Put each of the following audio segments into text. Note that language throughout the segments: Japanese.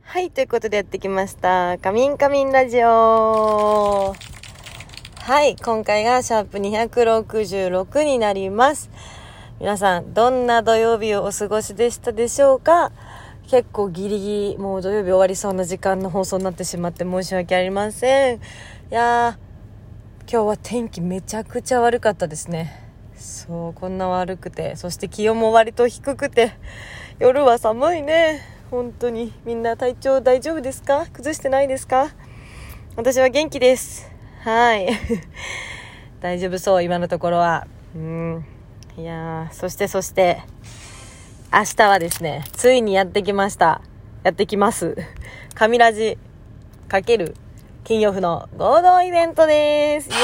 はい、ということでやってきました。カミンカミンラジオ。はい、今回がシャープ266になります。皆さん、どんな土曜日をお過ごしでしたでしょうか？結構ギリギリ、もう土曜日終わりそうな時間の放送になってしまって申し訳ありません。いやー、今日は天気めちゃくちゃ悪かったですね。そう、こんな悪くて、そして気温も割と低くて、夜は寒いね。本当にみんな体調大丈夫ですか？崩してないですか？私は元気です。はい大丈夫そう、今のところは。いやー、そして明日はですね、ついにやってきました。やってきます神ラジ×金曜日の合同イベントです。イエー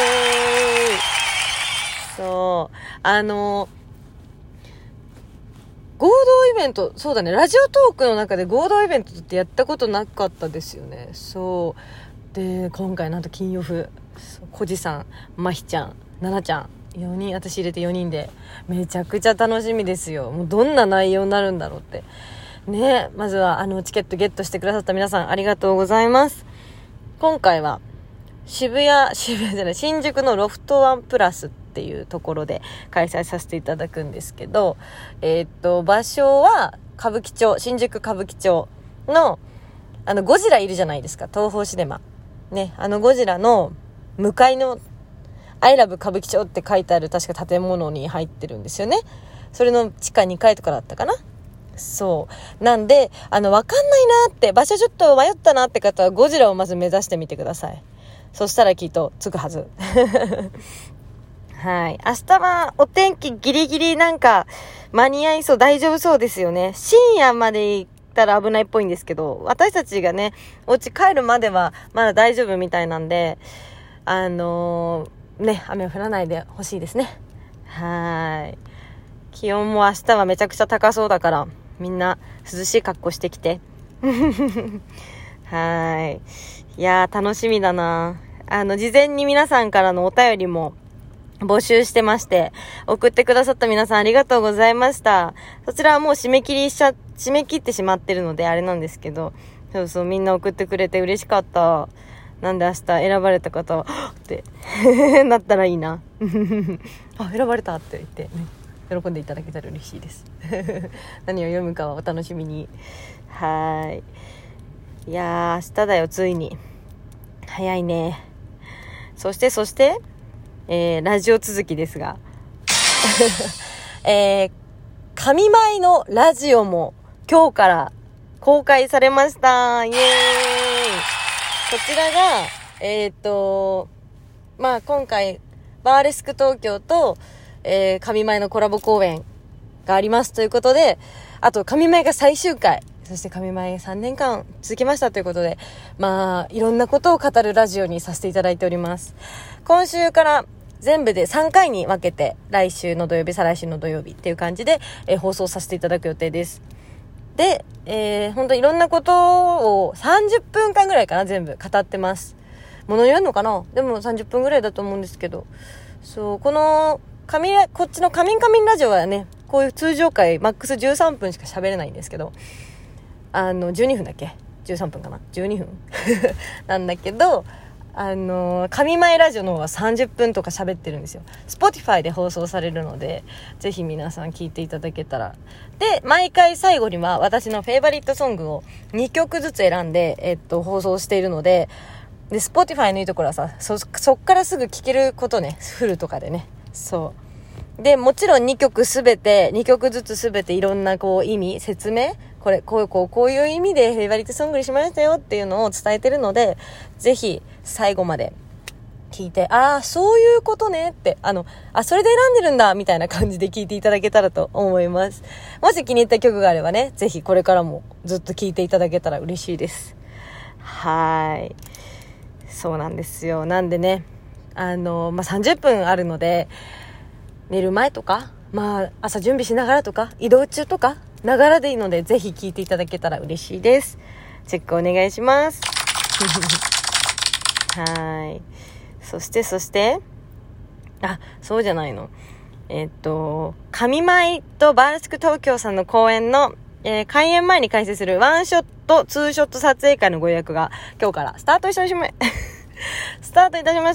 イ。そう、合同イベント、そうだね、ラジオトークの中で合同イベントってやったことなかったですよね。そうで、今回なんと金曜日、小路さん、まひちゃん、ななちゃん、4人、私入れて4人でめちゃくちゃ楽しみですよ。もうどんな内容になるんだろうってね。まずはチケットゲットしてくださった皆さんありがとうございます。今回は新宿のロフトワンプラスっていうところで開催させていただくんですけど、場所は新宿歌舞伎町のゴジラいるじゃないですか、東宝シネマね。ゴジラの向かいのI love 歌舞伎町って書いてある確か建物に入ってるんですよね。それの地下2階とかだったかな。そうなんで、わかんないなって、場所ちょっと迷ったなって方はゴジラをまず目指してみてください。そしたらきっとつくはずはい、明日はお天気ギリギリなんか間に合いそう、大丈夫そうですよね。深夜まで行ったら危ないっぽいんですけど、私たちがねお家帰るまではまだ大丈夫みたいなんで、ね、雨降らないでほしいですね。はい、気温も明日はめちゃくちゃ高そうだから、みんな涼しい格好してきてはい、いやー楽しみだな。事前に皆さんからのお便りも募集してまして、送ってくださった皆さんありがとうございました。そちらはもう締め切ってしまってるのであれなんですけど、そうみんな送ってくれて嬉しかった。なんで明日選ばれた方はってなったらいいなあ、選ばれたって言ってね、喜んでいただけたら嬉しいです何を読むかはお楽しみに。はい、いやー明日だよ、ついに。早いね。そしてラジオ続きですが神舞のラジオも今日から公開されました。イエーイ。こちらが今回バーレスク東京と、神舞のコラボ公演がありますということで、あと神舞が最終回、そして神舞3年間続きましたということで、いろんなことを語るラジオにさせていただいております。今週から全部で3回に分けて、来週の土曜日、再来週の土曜日っていう感じで、放送させていただく予定です。で、本当いろんなことを30分間ぐらいかな、全部語ってます。物言うのかな、でも30分ぐらいだと思うんですけど、そう、こっちのカミンカミンラジオはね、こういう通常回マックス13分しか喋れないんですけど、12分だっけ、13分かな、12分なんだけど、神前ラジオの方は30分とか喋ってるんですよ。 Spotify で放送されるので、ぜひ皆さん聞いていただけたら。で、毎回最後には私のフェイバリットソングを2曲ずつ選んで、放送しているので、Spotify のいいところはさ、そっからすぐ聴けることね、フルとかでね。そうで、もちろん2曲ずつすべていろんな意味、説明、こういう意味でフェイバリットソングにしましたよっていうのを伝えてるので、ぜひ最後まで聞いて、そういうことねって、それで選んでるんだみたいな感じで聞いていただけたらと思います。もし気に入った曲があればね、ぜひこれからもずっと聞いていただけたら嬉しいです。はい、そうなんですよ。なんでね、30分あるので、寝る前とか、朝準備しながらとか、移動中とかながらでいいので、ぜひ聞いていただけたら嬉しいです。チェックお願いしますはい、そしてそうじゃないの、神舞とバーレスク東京さんの公演の開演前に開始するワンショット、ツーショット撮影会のご予約が今日からスタートいたしました。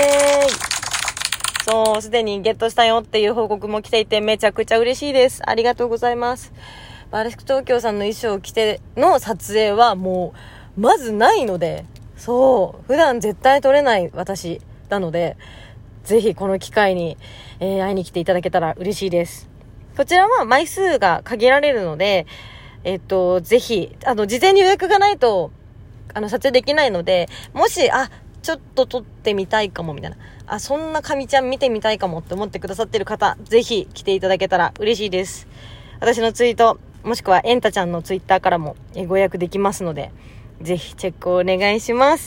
そう、すでにゲットしたよっていう報告も来ていてめちゃくちゃ嬉しいです。ありがとうございます。バーレスク東京さんの衣装を着ての撮影はもうまずないので、そう普段絶対撮れない私なので、ぜひこの機会に、会いに来ていただけたら嬉しいです。こちらは枚数が限られるので、ぜひ事前に予約がないと撮影できないので、もしちょっと撮ってみたいかもみたいな、そんな神ちゃん見てみたいかもって思ってくださってる方、ぜひ来ていただけたら嬉しいです。私のツイートもしくはエンタちゃんのツイッターからもご予約できますので、ぜひチェックをお願いします。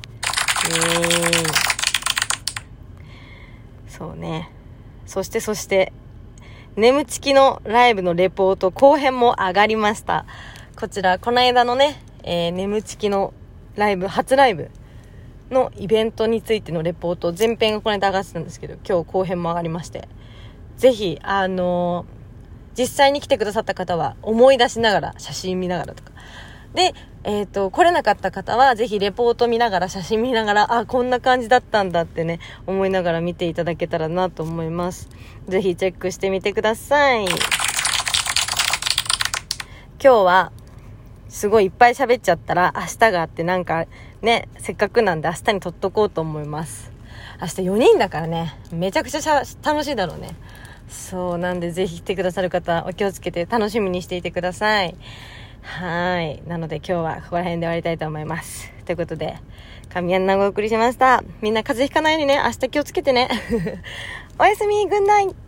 そうね。そして眠ちきのライブのレポート後編も上がりました。こちらこの間のね、眠ちきのライブ、初ライブのイベントについてのレポート、前編がこの間上がってたんですけど、今日後編も上がりまして、ぜひ実際に来てくださった方は思い出しながら、写真見ながらとかで、来れなかった方はぜひレポート見ながら、写真見ながら、こんな感じだったんだってね、思いながら見ていただけたらなと思います。ぜひチェックしてみてください。今日はすごいいっぱい喋っちゃったら明日があって、なんかね、せっかくなんで明日に撮っとこうと思います。明日4人だからね、めちゃくちゃ楽しいだろうね。そうなんで、ぜひ来てくださる方お気をつけて楽しみにしていてください。はい。なので今日はここら辺で終わりたいと思います。ということで、神アンナがお送りしました。みんな風邪ひかないようにね、明日気をつけてね。おやすみ、グッナイ。